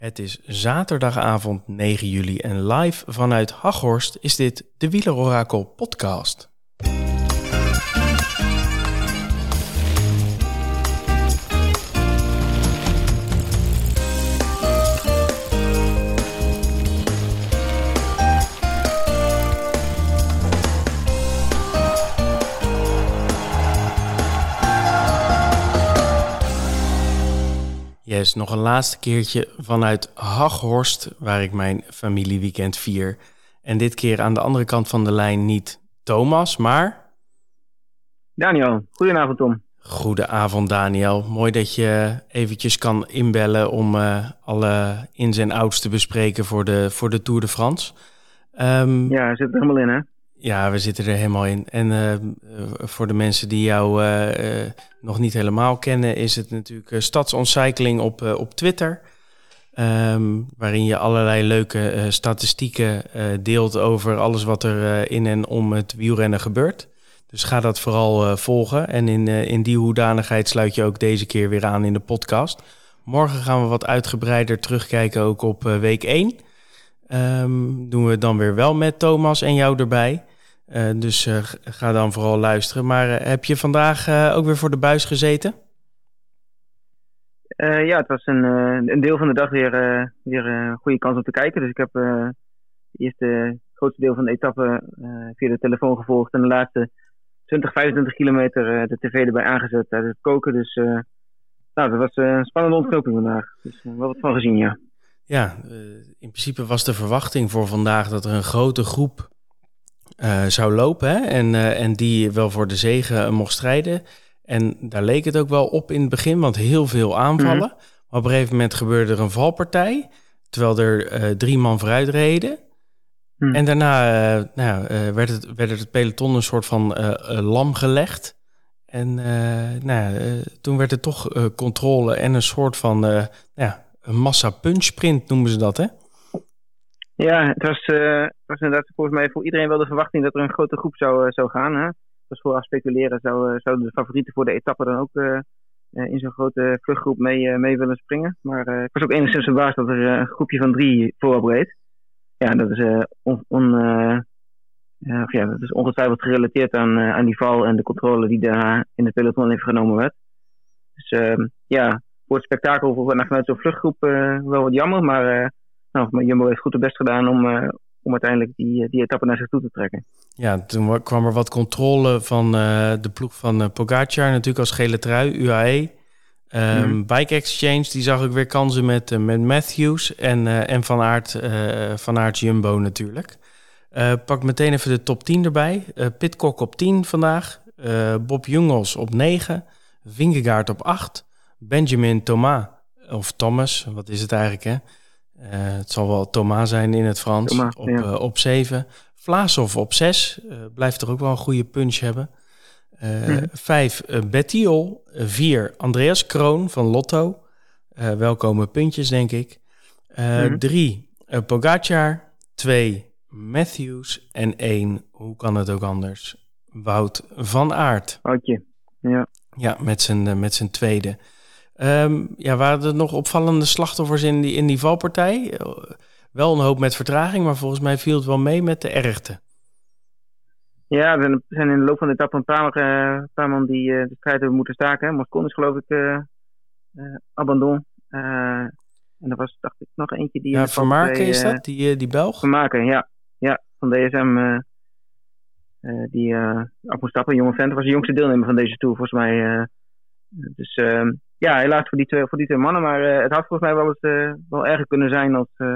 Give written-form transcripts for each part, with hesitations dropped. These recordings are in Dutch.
Het is zaterdagavond 9 juli en live vanuit Haghorst is dit de Wielerorakel podcast. Yes, nog een laatste keertje vanuit Haghorst, waar ik mijn familieweekend vier. En dit keer aan de andere kant van de lijn niet Thomas, maar... Daniel, goedenavond Tom. Goedenavond Daniel. Mooi dat je eventjes kan inbellen om alle ins en outs te bespreken voor de Tour de France. Ja, zit er helemaal in, hè? Ja, we zitten er helemaal in. En voor de mensen die jou nog niet helemaal kennen, is het natuurlijk Stadsontcycling op Twitter. Waarin je allerlei leuke statistieken deelt over alles wat er in en om het wielrennen gebeurt. Dus ga dat vooral volgen. En in die hoedanigheid sluit je ook deze keer weer aan in de podcast. Morgen gaan we wat uitgebreider terugkijken ook op week 1. Doen we dan weer wel met Thomas en jou erbij. Dus ga dan vooral luisteren. Maar heb je vandaag ook weer voor de buis gezeten? Ja, het was een deel van de dag weer een goede kans om te kijken. Dus ik heb eerst het grootste deel van de etappe via de telefoon gevolgd. En de laatste 20-25 kilometer de tv erbij aangezet tijdens het koken. Dus dat was een spannende ontknoping vandaag. Dus wel wat van gezien, ja. Ja, in principe was de verwachting voor vandaag dat er een grote groep zou lopen, hè? En die wel voor de zege mocht strijden. En daar leek het ook wel op in het begin, want heel veel aanvallen. Mm-hmm. Maar op een gegeven moment gebeurde er een valpartij, terwijl er 3 man vooruit reden. En daarna werd het peloton een soort van lam gelegd. En toen werd het toch controle en een soort van een massa-punch-sprint noemen ze dat, hè? Ja, het was inderdaad volgens mij voor iedereen wel de verwachting dat er een grote groep zou gaan. Hè? Dus vooraf speculeren zouden de favorieten voor de etappe dan ook in zo'n grote vluchtgroep mee willen springen. Maar ik was ook enigszins verbaasd dat er een groepje van 3 voorop reed. Ja, dat is ongetwijfeld gerelateerd aan die val en de controle die daar in de peloton even genomen werd. Dus voor het spektakel vanuit zo'n vluchtgroep wel wat jammer, maar Jumbo heeft goed het best gedaan om uiteindelijk die etappe naar zich toe te trekken. Ja, toen kwam er wat controle van de ploeg van Pogacar, natuurlijk als gele trui, UAE. Bike Exchange, die zag ik weer kansen met Matthews en Van Aert Jumbo natuurlijk. Pak meteen even de top 10 erbij. Pidcock op 10 vandaag, Bob Jungels op 9, Vingegaard op 8, Benjamin Thomas, wat is het eigenlijk, hè? Het zal wel Thomas zijn in het Frans, op 7. Vlasov op 6, blijft er ook wel een goede punch hebben. 5, Bettiol. 4, Andreas Kroon van Lotto. Welkome puntjes, denk ik. 3, Pogacar. 2, Matthews. En 1, hoe kan het ook anders? Wout van Aert. Woutje, ja. Ja, met zijn tweede. Waren er nog opvallende slachtoffers in die valpartij? Wel een hoop met vertraging, maar volgens mij viel het wel mee met de ergte. Ja, er zijn in de loop van de etappe een paar man die de strijd hebben moeten staken. Moscon is geloof ik abandon. En er was, dacht ik, nog eentje die... Ja, Vermaken is dat? Die Belg? Vermaken, ja. Ja, van DSM. Die af moest stappen, een jonge vent. Dat was de jongste deelnemer van deze Tour, volgens mij. Helaas voor die twee mannen. Maar het had volgens mij wel erger kunnen zijn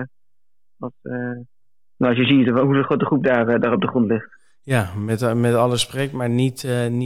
als je ziet hoe de grote groep daar op de grond ligt. Ja, met alle respect, maar niet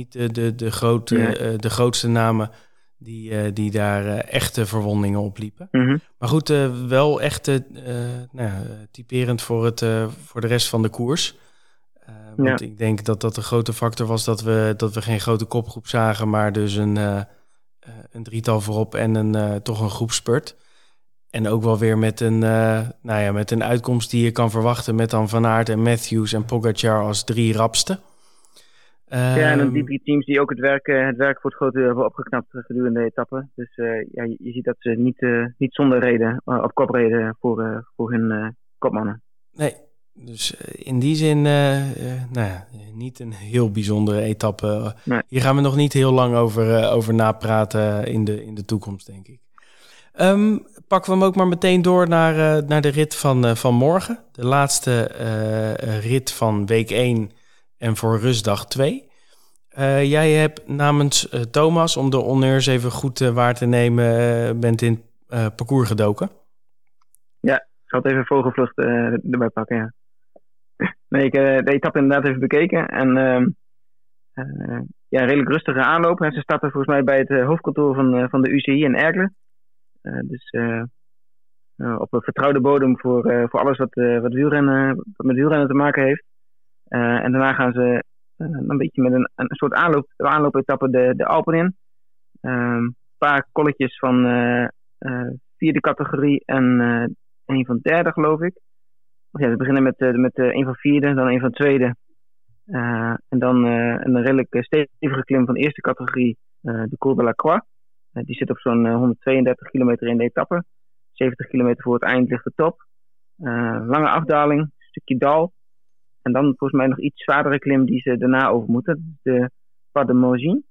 de grootste namen die daar echte verwondingen opliepen. Mm-hmm. Maar goed, wel echt typerend voor de rest van de koers. Want ik denk dat de grote factor was dat we geen grote kopgroep zagen, maar dus een drietal voorop en toch een groepspurt. En ook wel weer met een uitkomst die je kan verwachten met dan Van Aert en Matthews en Pogacar als 3 rapste. En dan die 3 teams die ook het werk voor het grote deel hebben opgeknapt gedurende de etappe. Dus je ziet dat ze niet zonder reden op kop reden voor hun kopmannen. Nee, dus in die zin niet een heel bijzondere etappe. Nee. Hier gaan we nog niet heel lang over napraten in de toekomst, denk ik. Pakken we hem ook maar meteen door naar de rit van morgen. De laatste rit van week 1 en voor rustdag 2. Jij hebt namens Thomas, om de honneurs even goed waar te nemen, bent in parcours gedoken. Ja, ik zal het even vogelvlucht erbij pakken, ja. Nee, ik heb de etappe inderdaad even bekeken. En een redelijk rustige aanloop. En ze starten volgens mij bij het hoofdkantoor van de UCI in Erkelen. Dus op een vertrouwde bodem voor alles wat met wielrennen te maken heeft. En daarna gaan ze een beetje met een soort aanloopetappe de Alpen in. Een paar kolletjes van 4e categorie en een van 3e, geloof ik. Ja, ze beginnen met een van 4e, dan een van 2e. En dan een redelijk stevige klim van 1e categorie, de Col de la Croix. Die zit op zo'n 132 kilometer in de etappe. 70 kilometer voor het eind ligt de top. Lange afdaling, een stukje dal. En dan volgens mij nog iets zwaardere klim die ze daarna over moeten. De Pas de Morgine.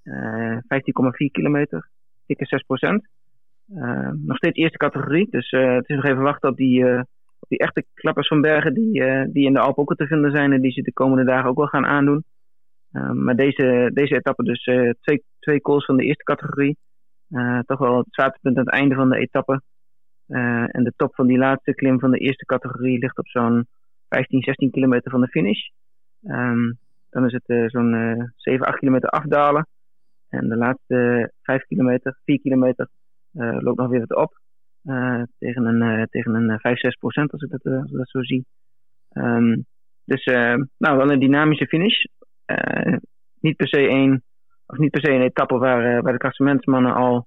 15,4 kilometer. Dikke 6%. Nog steeds 1e categorie. Dus het is nog even wachten op die echte klappers van bergen die in de Alpen ook te vinden zijn. En die ze de komende dagen ook wel gaan aandoen. Maar deze etappe dus twee calls van de 1e categorie. Toch wel het zwaartepunt aan het einde van de etappe. En de top van die laatste klim van de 1e categorie ligt op zo'n 15, 16 kilometer van de finish. Dan is het zo'n 7, 8 kilometer afdalen. En de laatste 4 kilometer loopt nog weer wat op. Tegen een 5-6% als ik dat zo zie. Dus wel een dynamische finish. Niet per se een etappe waar de klassementsmannen al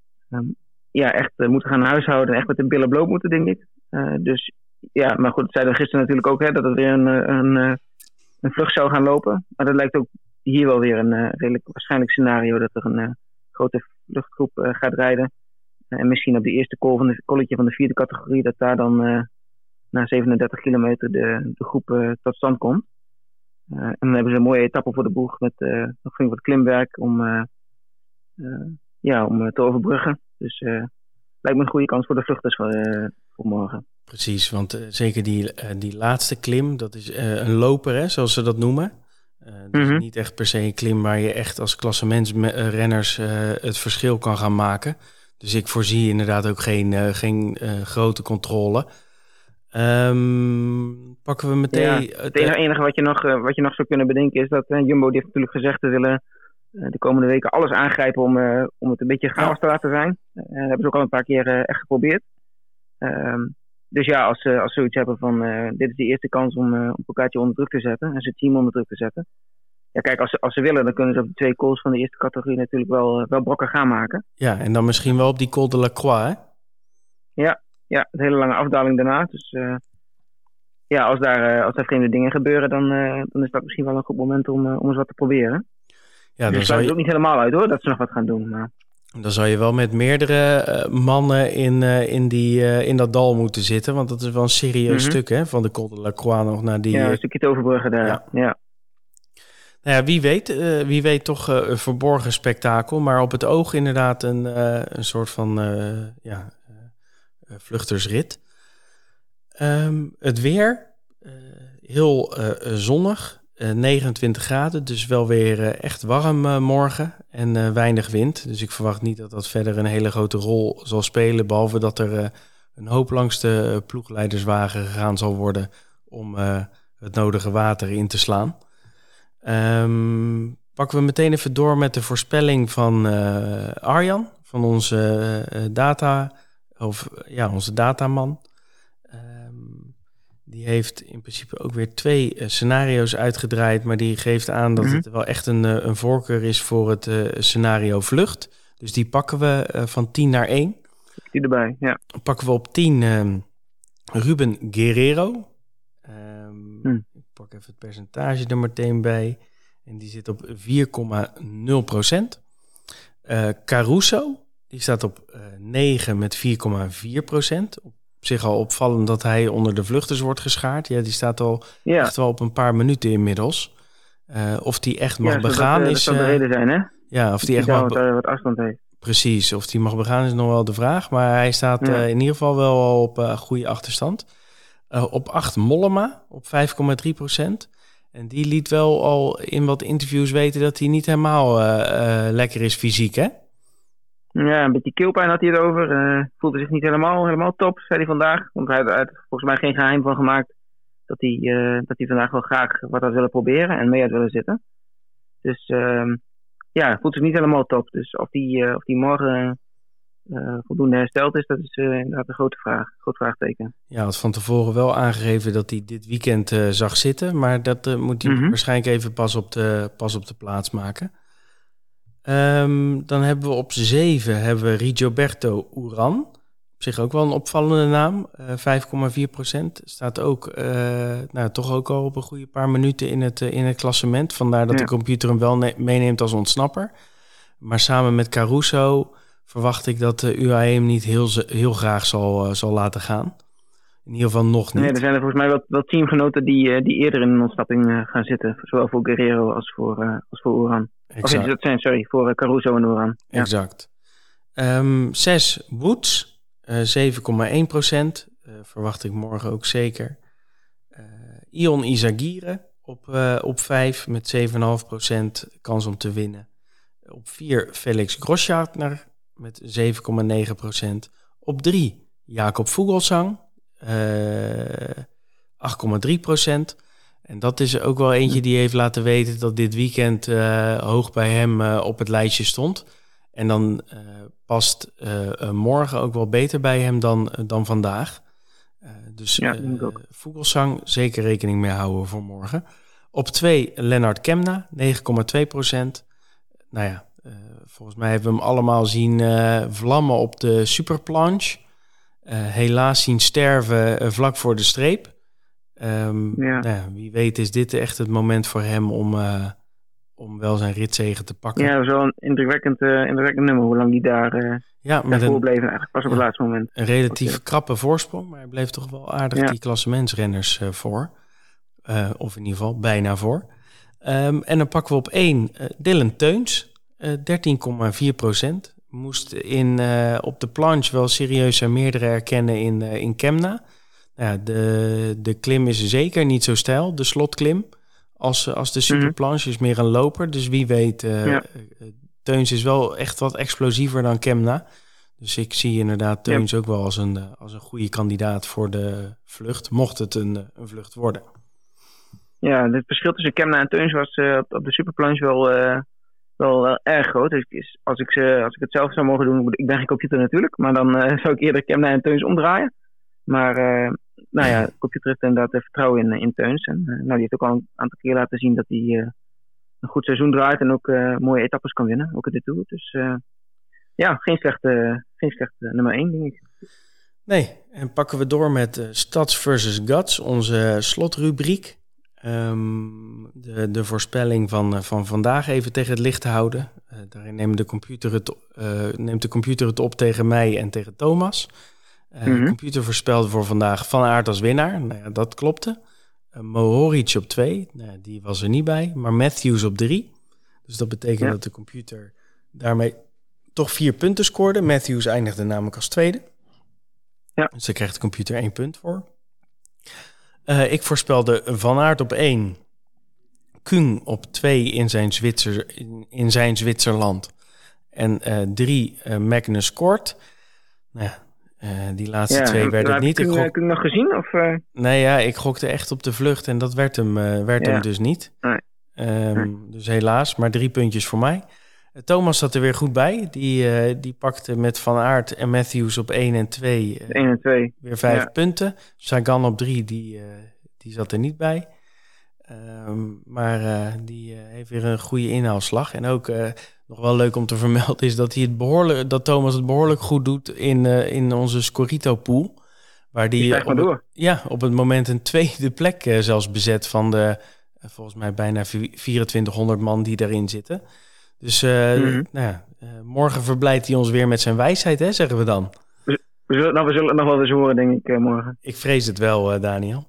echt moeten gaan huishouden en echt met de billen bloot moeten, denk ik. Dus ja, maar goed, zeiden we gisteren natuurlijk ook dat het weer een vlucht zou gaan lopen. Maar dat lijkt ook hier wel weer een redelijk waarschijnlijk scenario dat er een grote vluchtgroep gaat rijden. En misschien op de eerste kolletje van de 4e categorie, dat daar dan na 37 kilometer de groep tot stand komt. En dan hebben ze een mooie etappe voor de boeg met nog flink wat klimwerk om te overbruggen. Dus lijkt me een goede kans voor de vluchters voor morgen. Precies, want zeker die laatste klim, dat is een loper, hè, zoals ze dat noemen. Dus niet echt per se een klim waar je echt als klassementsrenners het verschil kan gaan maken. Dus ik voorzie inderdaad ook geen grote controle. Pakken we meteen... Ja, het enige wat je nog zou kunnen bedenken is dat Jumbo die heeft natuurlijk gezegd te willen de komende weken alles aangrijpen om het een beetje chaos te laten zijn. Dat hebben ze ook al een paar keer echt geprobeerd. Dus ja, als ze zoiets hebben van dit is de eerste kans om Pogacar onder druk te zetten en zijn team onder druk te zetten. Ja, kijk, als ze willen, dan kunnen ze op de 2 calls van de 1e categorie natuurlijk wel brokken gaan maken. Ja, en dan misschien wel op die Col de la Croix, hè? Ja, een hele lange afdaling daarna. Dus als daar vreemde dingen gebeuren, dan is dat misschien wel een goed moment om eens wat te proberen. Ja, dan sluit het ook niet helemaal uit, hoor, dat ze nog wat gaan doen. Maar dan zou je wel met meerdere mannen in dat dal moeten zitten, want dat is wel een serieus stuk, hè, van de Col de la Croix nog naar die... Ja, een stukje te overbruggen daar, ja. Nou ja, wie weet toch een verborgen spektakel, maar op het oog inderdaad een soort van vluchtersrit. Het weer, heel zonnig, 29 graden, dus wel weer echt warm morgen en weinig wind. Dus ik verwacht niet dat dat verder een hele grote rol zal spelen, behalve dat er een hoop langs de ploegleiderswagen gegaan zal worden om het nodige water in te slaan. Pakken we meteen even door met de voorspelling van Arjan, van onze onze dataman. Die heeft in principe ook weer 2 scenario's uitgedraaid, maar die geeft aan dat het wel echt een voorkeur is voor het scenario vlucht. Dus die pakken we van 10 naar 1. Die erbij, ja. Dan pakken we op 10 Ruben Guerrero. Ik pak even het percentage er meteen bij. En die zit op 4,0%. Caruso, die staat op 9 met 4,4%. Op zich al opvallend dat hij onder de vluchters wordt geschaard. Ja, die staat al echt wel op een paar minuten inmiddels. Of die echt mag begaan is... Dat zou de reden zijn, hè? Ja, of die echt mag... wat afstand heeft. Precies, of die mag begaan is nog wel de vraag. Maar hij staat in ieder geval wel al op goede achterstand. Op 8 Mollema, op 5,3%. En die liet wel al in wat interviews weten dat hij niet helemaal lekker is fysiek, hè? Ja, een beetje keelpijn had hij erover. Voelde zich niet helemaal top, zei hij vandaag. Want hij had volgens mij geen geheim van gemaakt dat hij vandaag wel graag wat had willen proberen en mee had willen zitten. Dus voelt zich niet helemaal top. Dus of die morgen voldoende hersteld is, dat is inderdaad een groot vraagteken. Ja, had van tevoren wel aangegeven dat hij dit weekend zag zitten, maar dat moet hij waarschijnlijk even pas op de plaats maken. Dan hebben we op 7 Rigoberto Urán. Op zich ook wel een opvallende naam. 5,4%. Staat ook toch ook al op een goede paar minuten in het klassement. Vandaar dat de computer hem wel meeneemt als ontsnapper. Maar samen met Caruso verwacht ik dat de UAE hem niet heel graag zal laten gaan. In ieder geval nog niet. Nee, er zijn er volgens mij wel teamgenoten die eerder in een ontsnapping gaan zitten. Zowel voor Guerrero als voor Urán. Voor Caruso en Urán. Ja. Exact. 6 Woods. 7,1%. Verwacht ik morgen ook zeker. Ion Izagirre op 5 met 7,5% kans om te winnen. Op 4 Felix Grossjartner met 7,9%. Op 3 Jakob Fuglsang 8,3%. En dat is ook wel eentje die heeft laten weten dat dit weekend hoog bij hem op het lijstje stond. En dan past morgen ook wel beter bij hem dan vandaag. Dus Fuglsang zeker rekening mee houden voor morgen. Op 2 Lennart Kemna, 9,2%. Nou ja, volgens mij hebben we hem allemaal zien vlammen op de superplanche. Helaas zien sterven vlak voor de streep. Wie weet is dit echt het moment voor hem om wel zijn ritzegen te pakken. Ja, zo'n indrukwekkend nummer. Hoe lang die daar daarvoor bleven eigenlijk pas op het laatste moment. Een relatief krappe voorsprong, maar hij bleef toch wel aardig die klassementsrenners voor. Of in ieder geval bijna voor. En dan pakken we op 1 Dylan Teuns, 13,4%. Moest op de planche wel serieus zijn meerdere herkennen in Kemna. Ja, de klim is zeker niet zo steil, de slotklim, als de superplanche is meer een loper. Dus wie weet, Teuns is wel echt wat explosiever dan Kemna. Dus ik zie inderdaad Teuns ook wel als een goede kandidaat voor de vlucht, mocht het een vlucht worden. Ja, het verschil tussen Kemna en Teuns was op de superplanche wel erg groot. Dus als ik het zelf zou mogen doen, ik ben geen computer natuurlijk, maar dan zou ik eerder Kemna en Teuns omdraaien. Maar de computer heeft inderdaad vertrouwen in Teuns. En die heeft ook al een aantal keer laten zien dat hij een goed seizoen draait en ook mooie etappes kan winnen, ook in dit Tour. Dus geen slechte nummer 1, denk ik. Nee, en pakken we door met Stats versus Guts, onze slotrubriek. De voorspelling van vandaag even tegen het licht te houden. Daarin neemt de computer het op tegen mij en tegen Thomas. De computer voorspelde voor vandaag Van Aert als winnaar. Nou ja, dat klopte. Mohoric op 2. Nou, die was er niet bij. Maar Matthews op 3. Dus dat betekent dat de computer daarmee toch 4 punten scoorde. Matthews eindigde namelijk als tweede. Ja. Dus daar krijgt de computer 1 punt voor. Ik voorspelde Van Aert op 1. Kung op 2 in zijn Zwitserland. En 3 Magnus Kort. Nou ja, die laatste 2 werden het niet. Heb je hem nog gezien? Of? Nee, ja, ik gokte echt op de vlucht en dat werd hem dus niet. Nee. Dus helaas, maar 3 puntjes voor mij. Thomas zat er weer goed bij. Die pakte met Van Aert en Matthews op 1 en 2 weer 5 punten. Sagan op 3, die zat er niet bij. Maar die heeft weer een goede inhaalslag. En ook nog wel leuk om te vermelden is dat Thomas het behoorlijk goed doet in onze Scorito-pool. Waar die op het moment een tweede plek zelfs bezet van de Volgens mij bijna 2400 man die daarin zitten. Dus morgen verblijdt hij ons weer met zijn wijsheid, hè, zeggen we dan. We zullen het nog wel eens horen, denk ik, morgen. Ik vrees het wel, Daniel.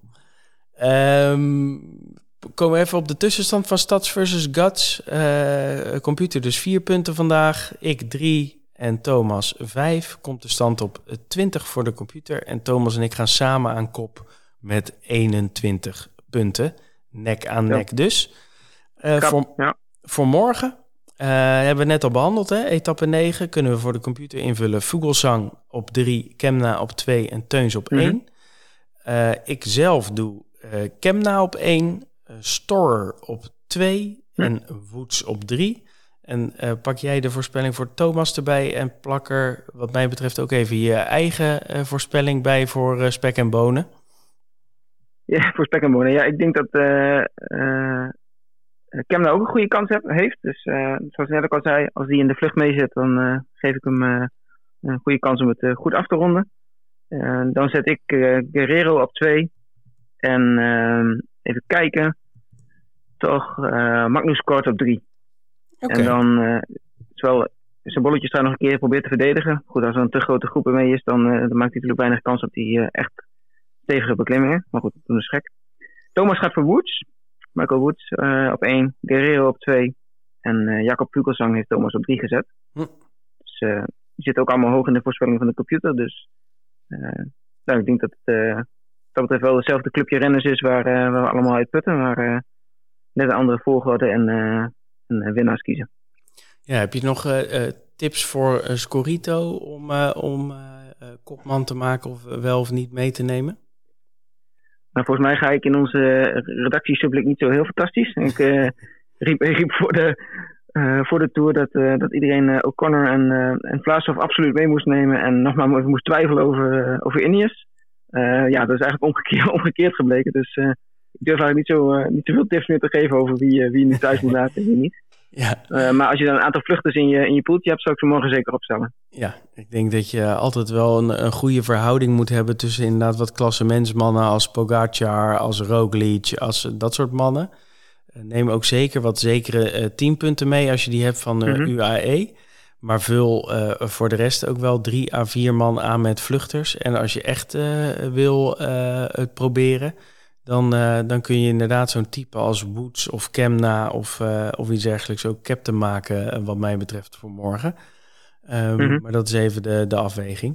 Komen we even op de tussenstand van Stads versus Guts. Computer dus 4 punten vandaag. Ik 3 en Thomas 5. Komt de stand op 20 voor de computer. En Thomas en ik gaan samen aan kop met 21 punten. Nek aan nek dus. Voor morgen hebben we net al behandeld. Hè? Etappe 9 kunnen we voor de computer invullen. Vogelsang op 3, Kemna op 2 en Teuns op 1. Ik zelf doe Kemna op 1, Storer op 2 en Woods op 3. En pak jij de voorspelling voor Thomas erbij en plak er wat mij betreft ook even je eigen voorspelling bij voor spek en bonen. Ja, voor spek en bonen. Ja, ik denk dat Kemna ook een goede kans heeft. Dus zoals ik net ook al zei, als die in de vlucht mee zit, dan geef ik hem een goede kans om het goed af te ronden. Dan zet ik Guerrero op 2. En even kijken. Toch Magnus Kort op 3. Okay. En dan zijn bolletjes staan nog een keer proberen te verdedigen. Goed, als er een te grote groep ermee is, dan maakt hij natuurlijk weinig kans op die echt stevige beklimmingen. Maar goed, dat doen we gek. Thomas gaat voor Woods. Michael Woods op 1. Guerrero op 2. En Jacob Vogelsang heeft Thomas op 3 gezet. Dus die zitten ook allemaal hoog in de voorspelling van de computer. Dus ik denk dat het dat betreft wel hetzelfde clubje renners is waar we allemaal uit putten. Maar net een andere volgorde en winnaars kiezen. Ja, heb je nog tips voor Scorito om kopman te maken of wel of niet mee te nemen? Nou, volgens mij ga ik in onze redactiesublik niet zo heel fantastisch. Ik riep voor de Tour dat iedereen O'Connor en Vlaasov absoluut mee moest nemen. En nog maar moest twijfelen over Ineos. Dat is eigenlijk omgekeerd gebleken. Dus ik durf eigenlijk niet zoveel tips meer te geven over wie nu thuis moet laten en wie niet. Ja. Maar als je dan een aantal vluchters in je poeltje hebt, zou ik ze morgen zeker opstellen. Ja, ik denk dat je altijd wel een goede verhouding moet hebben tussen inderdaad wat klassementsmannen als Pogacar, als Roglic, als dat soort mannen. Neem ook zeker wat zekere 10 punten mee als je die hebt van UAE. Maar vul voor de rest ook wel 3 à 4 man aan met vluchters. En als je echt wil het proberen, dan kun je inderdaad zo'n type als Woods of Kemna of iets dergelijks ook captain maken, wat mij betreft, voor morgen. Maar dat is even de afweging.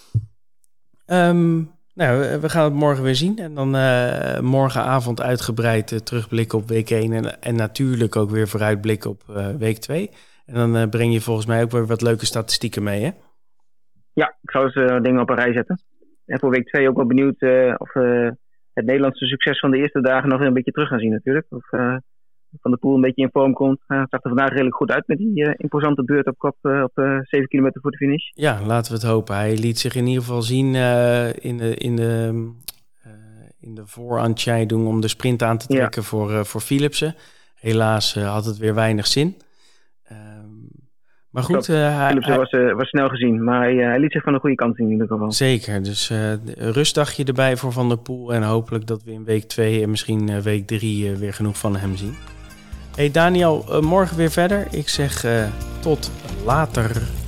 We gaan het morgen weer zien. En dan morgenavond uitgebreid terugblikken op week 1. En natuurlijk ook weer vooruitblikken op week 2. En dan breng je volgens mij ook weer wat leuke statistieken mee, hè? Ja, ik zal eens dingen op een rij zetten. En voor week 2 ook wel benieuwd of het Nederlandse succes van de eerste dagen nog weer een beetje terug gaan zien natuurlijk. Of Van der Poel een beetje in vorm komt. Het zag er vandaag redelijk goed uit met die imposante beurt op kop op 7 kilometer voor de finish. Ja, laten we het hopen. Hij liet zich in ieder geval zien in de vooraantscheiding om de sprint aan te trekken voor Philipsen. Helaas had het weer weinig zin. Maar goed, Philipsen was snel gezien, maar hij liet zich van de goede kant zien in ieder geval. Zeker, dus rustdagje erbij voor Van der Poel en hopelijk dat we in week 2 en misschien week 3 weer genoeg van hem zien. Hey Daniel, morgen weer verder. Ik zeg tot later.